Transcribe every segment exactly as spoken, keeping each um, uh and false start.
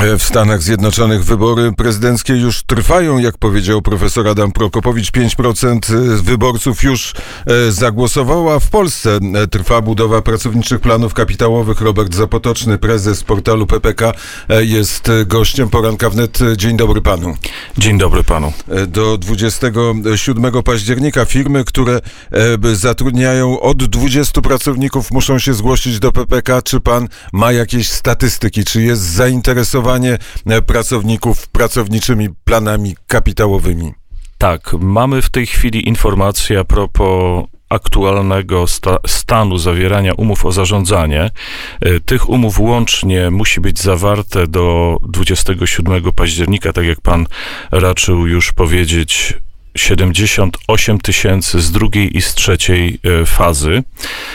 W Stanach Zjednoczonych wybory prezydenckie już trwają, jak powiedział profesor Adam Prokopowicz. pięć procent wyborców już zagłosowało, a w Polsce trwa budowa pracowniczych planów kapitałowych. Robert Zapotoczny, prezes portalu P P K, jest gościem Poranka Wnet. Dzień dobry panu. Dzień dobry panu. Do dwudziestego siódmego października firmy, które zatrudniają od dwudziestu pracowników, muszą się zgłosić do P P K. Czy pan ma jakieś statystyki? Czy jest zainteresowanie pracowników pracowniczymi planami kapitałowymi? Tak, mamy w tej chwili informację a propos aktualnego sta- stanu zawierania umów o zarządzanie. Tych umów łącznie musi być zawarte do dwudziestego siódmego października, tak jak pan raczył już powiedzieć, siedemdziesiąt osiem tysięcy z drugiej i z trzeciej fazy.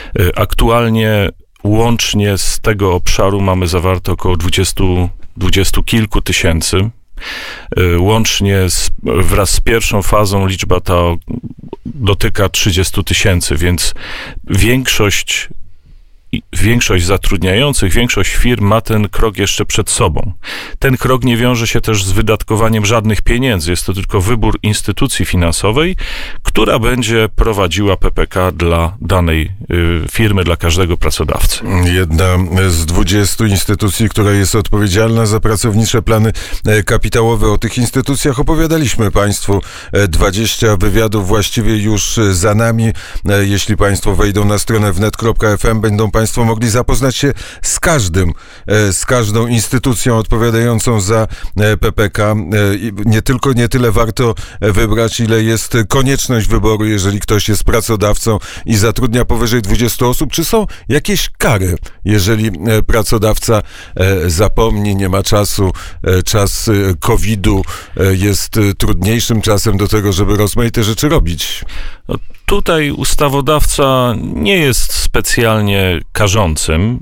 Aktualnie łącznie z tego obszaru mamy zawarte około dwudziestu, dwudziestu kilku tysięcy. Łącznie z, wraz z pierwszą fazą liczba ta dotyka trzydziestu tysięcy, więc większość Większość zatrudniających, większość firm ma ten krok jeszcze przed sobą. Ten krok nie wiąże się też z wydatkowaniem żadnych pieniędzy. Jest to tylko wybór instytucji finansowej, która będzie prowadziła P P K dla danej y, firmy, dla każdego pracodawcy. Jedna z dwudziestu instytucji, która jest odpowiedzialna za pracownicze plany kapitałowe. O tych instytucjach opowiadaliśmy państwu. dwadzieścia wywiadów właściwie już za nami. Jeśli państwo wejdą na stronę wnet kropka f m, będą państwo mogli zapoznać się z każdym, z każdą instytucją odpowiadającą za P P K. Nie tylko, nie tyle warto wybrać, ile jest konieczność wyboru, jeżeli ktoś jest pracodawcą i zatrudnia powyżej dwudziestu osób. Czy są jakieś kary, jeżeli pracodawca zapomni, nie ma czasu, czas kowida jest trudniejszym czasem do tego, żeby rozmaite rzeczy robić? No, tutaj ustawodawca nie jest specjalnie karzącym.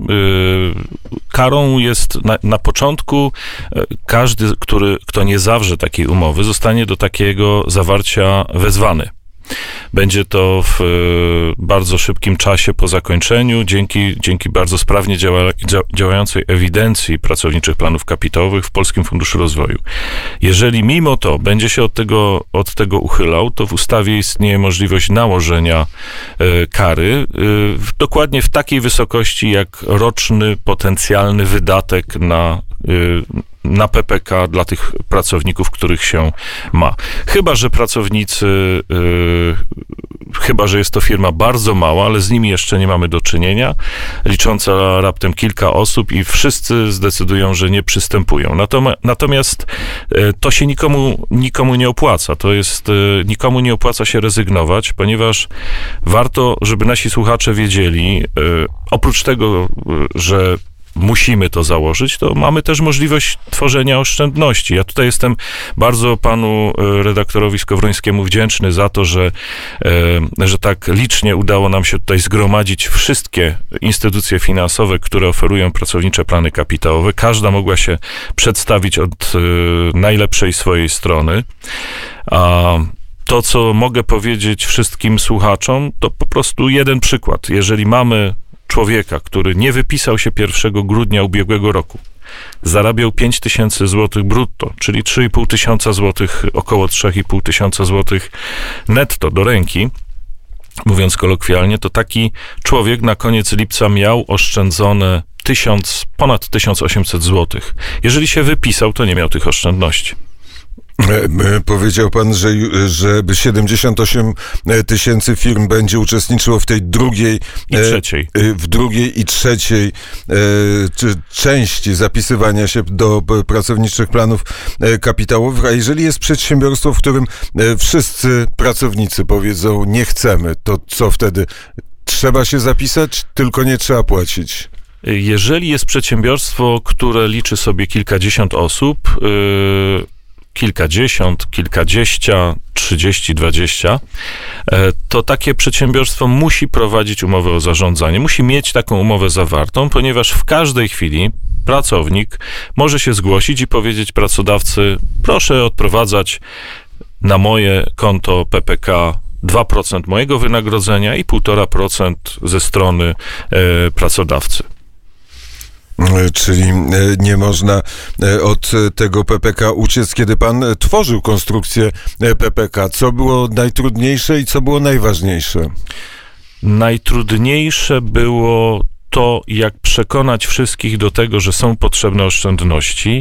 Karą jest na, na początku każdy, który, kto nie zawrze takiej umowy, zostanie do takiego zawarcia wezwany. Będzie to w bardzo szybkim czasie po zakończeniu, dzięki, dzięki bardzo sprawnie działa, działającej ewidencji pracowniczych planów kapitałowych w Polskim Funduszu Rozwoju. Jeżeli mimo to będzie się od tego, od tego uchylał, to w ustawie istnieje możliwość nałożenia y, kary y, dokładnie w takiej wysokości, jak roczny potencjalny wydatek na y, na P P K dla tych pracowników, których się ma. Chyba że pracownicy, yy, chyba że jest to firma bardzo mała, ale z nimi jeszcze nie mamy do czynienia, licząca raptem kilka osób i wszyscy zdecydują, że nie przystępują. Natomiast, natomiast yy, to się nikomu, nikomu nie opłaca. To jest, yy, nikomu nie opłaca się rezygnować, ponieważ warto, żeby nasi słuchacze wiedzieli, yy, oprócz tego, yy, że musimy to założyć, to mamy też możliwość tworzenia oszczędności. Ja tutaj jestem bardzo panu redaktorowi Skowrońskiemu wdzięczny za to, że, że tak licznie udało nam się tutaj zgromadzić wszystkie instytucje finansowe, które oferują pracownicze plany kapitałowe. Każda mogła się przedstawić od najlepszej swojej strony. A to, co mogę powiedzieć wszystkim słuchaczom, to po prostu jeden przykład. Jeżeli mamy człowieka, który nie wypisał się pierwszego grudnia ubiegłego roku, zarabiał pięć tysięcy złotych brutto, czyli trzy i pół tysiąca złotych, około trzy i pół tysiąca złotych netto do ręki, mówiąc kolokwialnie, to taki człowiek na koniec lipca miał oszczędzone tysiąc, ponad tysiąc osiemset złotych. Jeżeli się wypisał, to nie miał tych oszczędności. Powiedział pan, że, że siedemdziesiąt osiem tysięcy firm będzie uczestniczyło w tej drugiej i trzeciej. w drugiej i trzeciej części zapisywania się do pracowniczych planów kapitałowych, a jeżeli jest przedsiębiorstwo, w którym wszyscy pracownicy powiedzą nie chcemy, to co wtedy? Trzeba się zapisać, tylko nie trzeba płacić. Jeżeli jest przedsiębiorstwo, które liczy sobie kilkadziesiąt osób, yy... kilkadziesiąt, kilkadziesięcia, trzydzieści, dwadzieścia, to takie przedsiębiorstwo musi prowadzić umowę o zarządzanie, musi mieć taką umowę zawartą, ponieważ w każdej chwili pracownik może się zgłosić i powiedzieć pracodawcy, proszę odprowadzać na moje konto P P K dwa procent mojego wynagrodzenia i półtora procent ze strony e, pracodawcy. Czyli nie można od tego P P K uciec. Kiedy pan tworzył konstrukcję P P K, co było najtrudniejsze i co było najważniejsze? Najtrudniejsze było to, jak przekonać wszystkich do tego, że są potrzebne oszczędności,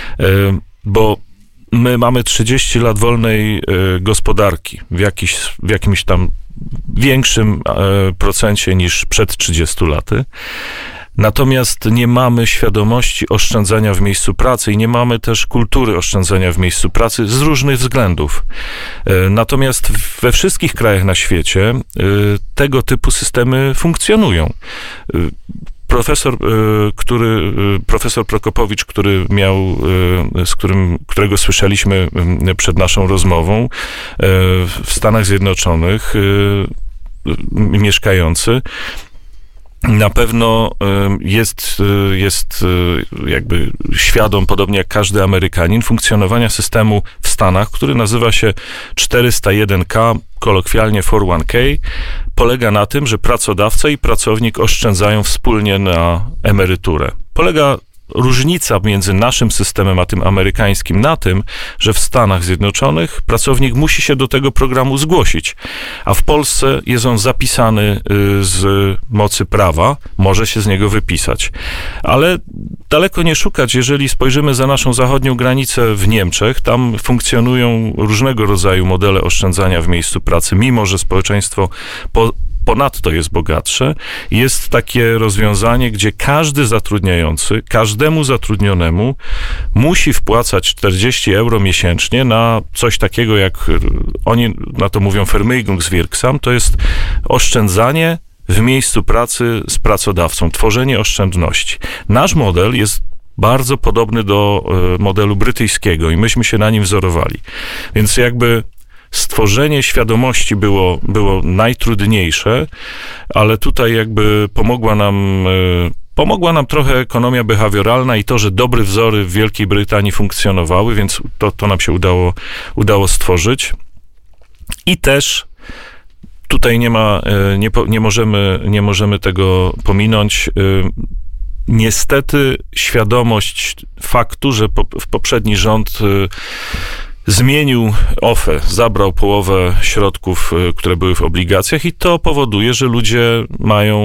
bo my mamy trzydzieści lat wolnej gospodarki w, jakiś, w jakimś tam większym procencie niż przed trzydziestu laty. Natomiast nie mamy świadomości oszczędzania w miejscu pracy i nie mamy też kultury oszczędzania w miejscu pracy z różnych względów. Natomiast we wszystkich krajach na świecie tego typu systemy funkcjonują. Profesor, który, profesor Prokopowicz, który miał, z którym, którego słyszeliśmy przed naszą rozmową, w Stanach Zjednoczonych mieszkający, na pewno jest, jest jakby świadom, podobnie jak każdy Amerykanin, funkcjonowania systemu w Stanach, który nazywa się czterysta jeden K, kolokwialnie czterysta jeden K. Polega na tym, że pracodawca i pracownik oszczędzają wspólnie na emeryturę. Polega różnica między naszym systemem a tym amerykańskim na tym, że w Stanach Zjednoczonych pracownik musi się do tego programu zgłosić, a w Polsce jest on zapisany z mocy prawa, może się z niego wypisać. Ale daleko nie szukać, jeżeli spojrzymy za naszą zachodnią granicę w Niemczech, tam funkcjonują różnego rodzaju modele oszczędzania w miejscu pracy, mimo że społeczeństwo po ponadto jest bogatsze. Jest takie rozwiązanie, gdzie każdy zatrudniający, każdemu zatrudnionemu musi wpłacać czterdzieści euro miesięcznie na coś takiego, jak oni na to mówią Vermögenswirksam, to jest oszczędzanie w miejscu pracy z pracodawcą, tworzenie oszczędności. Nasz model jest bardzo podobny do modelu brytyjskiego i myśmy się na nim wzorowali. Więc jakby stworzenie świadomości było, było najtrudniejsze, ale tutaj jakby pomogła nam, pomogła nam trochę ekonomia behawioralna i to, że dobre wzory w Wielkiej Brytanii funkcjonowały, więc to, to nam się udało, udało stworzyć. I też tutaj nie ma, nie, nie możemy, nie możemy tego pominąć. Niestety świadomość faktu, że po, poprzedni rząd zmienił O F E, zabrał połowę środków, które były w obligacjach i to powoduje, że ludzie mają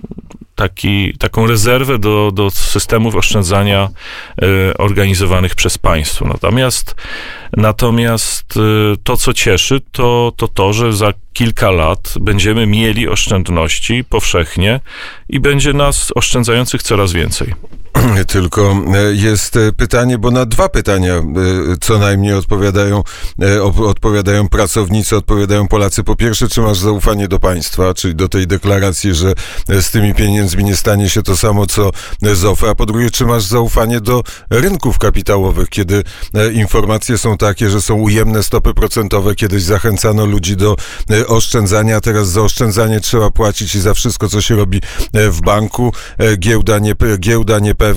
taki, taką rezerwę do, do systemów oszczędzania y, organizowanych przez państwo. Natomiast, natomiast y, to, co cieszy, to, to to, że za kilka lat będziemy mieli oszczędności powszechnie i będzie nas oszczędzających coraz więcej. Tylko jest pytanie, bo na dwa pytania co najmniej odpowiadają, odpowiadają pracownicy, odpowiadają Polacy. Po pierwsze, czy masz zaufanie do państwa, czyli do tej deklaracji, że z tymi pieniędzmi nie stanie się to samo, co z O F E, a po drugie, czy masz zaufanie do rynków kapitałowych, kiedy informacje są takie, że są ujemne stopy procentowe, kiedyś zachęcano ludzi do oszczędzania, a teraz za oszczędzanie trzeba płacić i za wszystko, co się robi w banku. Giełda, nie, giełda niepewna.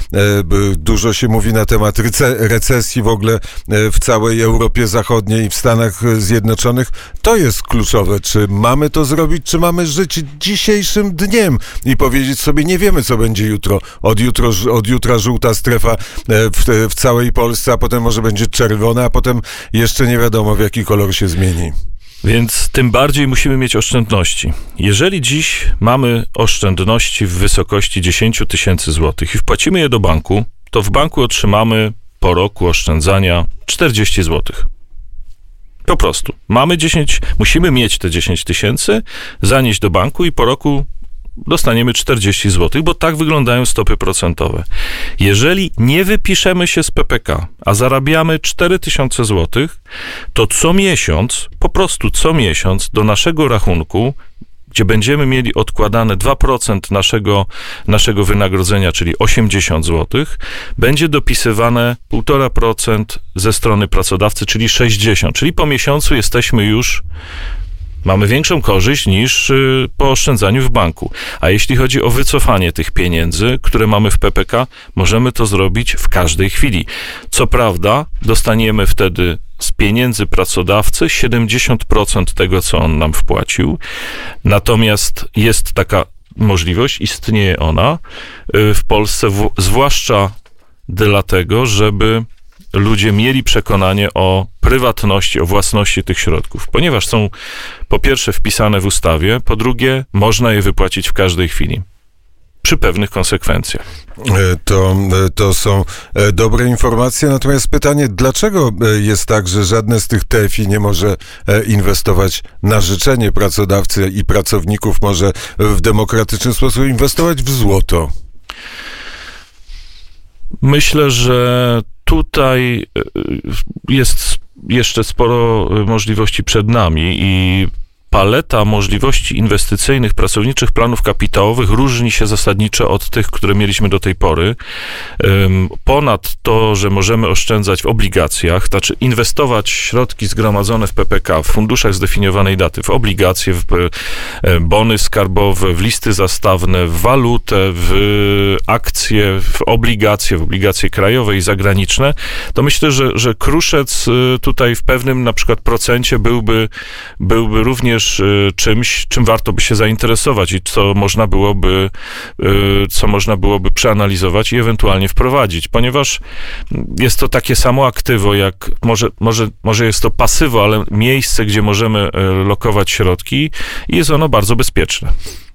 Dużo się mówi na temat recesji w ogóle w całej Europie Zachodniej i w Stanach Zjednoczonych. To jest kluczowe. Czy mamy to zrobić, czy mamy żyć dzisiejszym dniem i powiedzieć sobie, nie wiemy, co będzie jutro. Od, jutro, od jutra żółta strefa w, w całej Polsce, a potem może będzie czerwona, a potem jeszcze nie wiadomo, w jaki kolor się zmieni. Więc tym bardziej musimy mieć oszczędności. Jeżeli dziś mamy oszczędności w wysokości dziesięć tysięcy złotych i wpłacimy je do banku, to w banku otrzymamy po roku oszczędzania czterdzieści złotych. Po prostu. Mamy dziesięć, musimy mieć te dziesięć tysięcy, zanieść do banku i po roku dostaniemy czterdzieści złotych, bo tak wyglądają stopy procentowe. Jeżeli nie wypiszemy się z P P K, a zarabiamy cztery tysiące złotych, to co miesiąc, po prostu co miesiąc do naszego rachunku, gdzie będziemy mieli odkładane dwa procent naszego, naszego wynagrodzenia, czyli osiemdziesiąt złotych, będzie dopisywane półtora procent ze strony pracodawcy, czyli sześćdziesiąt. Czyli po miesiącu jesteśmy już mamy większą korzyść niż po oszczędzaniu w banku. A jeśli chodzi o wycofanie tych pieniędzy, które mamy w P P K, możemy to zrobić w każdej chwili. Co prawda, dostaniemy wtedy z pieniędzy pracodawcy siedemdziesiąt procent tego, co on nam wpłacił. Natomiast jest taka możliwość, istnieje ona w Polsce, w, zwłaszcza dlatego, żeby ludzie mieli przekonanie o prywatności, o własności tych środków, ponieważ są po pierwsze wpisane w ustawie, po drugie można je wypłacić w każdej chwili. Przy pewnych konsekwencjach. To, to są dobre informacje, natomiast pytanie, dlaczego jest tak, że żadne z tych T F I nie może inwestować na życzenie pracodawcy i pracowników, może w demokratyczny sposób inwestować w złoto? Myślę, że tutaj jest jeszcze sporo możliwości przed nami i paleta możliwości inwestycyjnych, pracowniczych planów kapitałowych różni się zasadniczo od tych, które mieliśmy do tej pory. Ponad to, że możemy oszczędzać w obligacjach, znaczy inwestować środki zgromadzone w P P K, w funduszach zdefiniowanej daty, w obligacje, w bony skarbowe, w listy zastawne, w walutę, w akcje, w obligacje, w obligacje krajowe i zagraniczne, to myślę, że, że Kruszec tutaj w pewnym na przykład procencie byłby, byłby również czymś, czym warto by się zainteresować i co można byłoby, co można byłoby przeanalizować i ewentualnie wprowadzić, ponieważ jest to takie samo aktywo, jak może, może, może jest to pasywo, ale miejsce, gdzie możemy lokować środki i jest ono bardzo bezpieczne.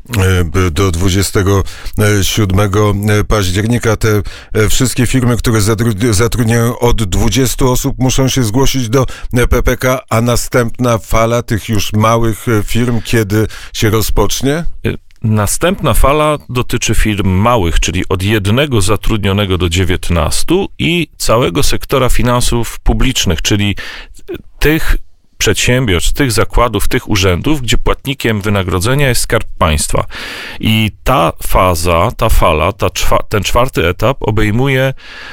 Do dwudziestego siódmego października te wszystkie firmy, które zatrudniają od dwudziestu osób, muszą się zgłosić do P P K, a następna fala tych już małych firm kiedy się rozpocznie? Następna fala dotyczy firm małych, czyli od jednego zatrudnionego do dziewiętnastu i całego sektora finansów publicznych, czyli tych przedsiębiorstw, tych zakładów, tych urzędów, gdzie płatnikiem wynagrodzenia jest Skarb Państwa. I ta faza, ta fala, ta czwa, ten czwarty etap obejmuje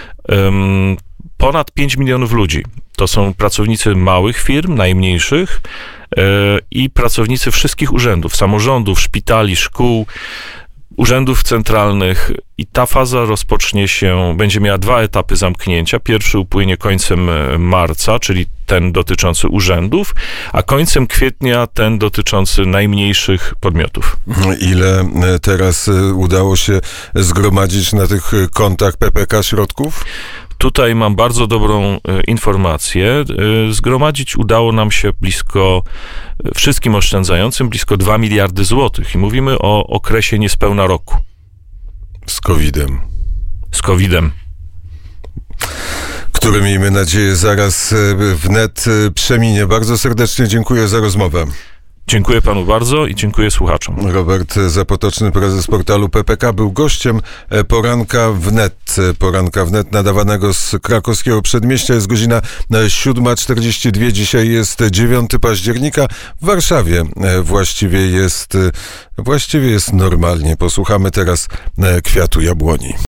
um, ponad pięć milionów ludzi. To są pracownicy małych firm, najmniejszych yy, i pracownicy wszystkich urzędów, samorządów, szpitali, szkół, urzędów centralnych i ta faza rozpocznie się, będzie miała dwa etapy zamknięcia. Pierwszy upłynie końcem marca, czyli ten dotyczący urzędów, a końcem kwietnia ten dotyczący najmniejszych podmiotów. Ile teraz udało się zgromadzić na tych kontach P P K środków? Tutaj mam bardzo dobrą informację. Zgromadzić udało nam się blisko, wszystkim oszczędzającym, blisko dwa miliardy złotych. I mówimy o okresie niespełna roku. Z kowidem. Z kowidem. Który, miejmy nadzieję, zaraz wnet przeminie. Bardzo serdecznie dziękuję za rozmowę. Dziękuję panu bardzo i dziękuję słuchaczom. Robert Zapotoczny, prezes portalu P P K, był gościem Poranka Wnet. Poranka Wnet nadawanego z krakowskiego przedmieścia. Jest godzina siódma czterdzieści dwa. Dzisiaj jest dziewiątego października. W Warszawie właściwie jest, właściwie jest normalnie. Posłuchamy teraz Kwiatu Jabłoni.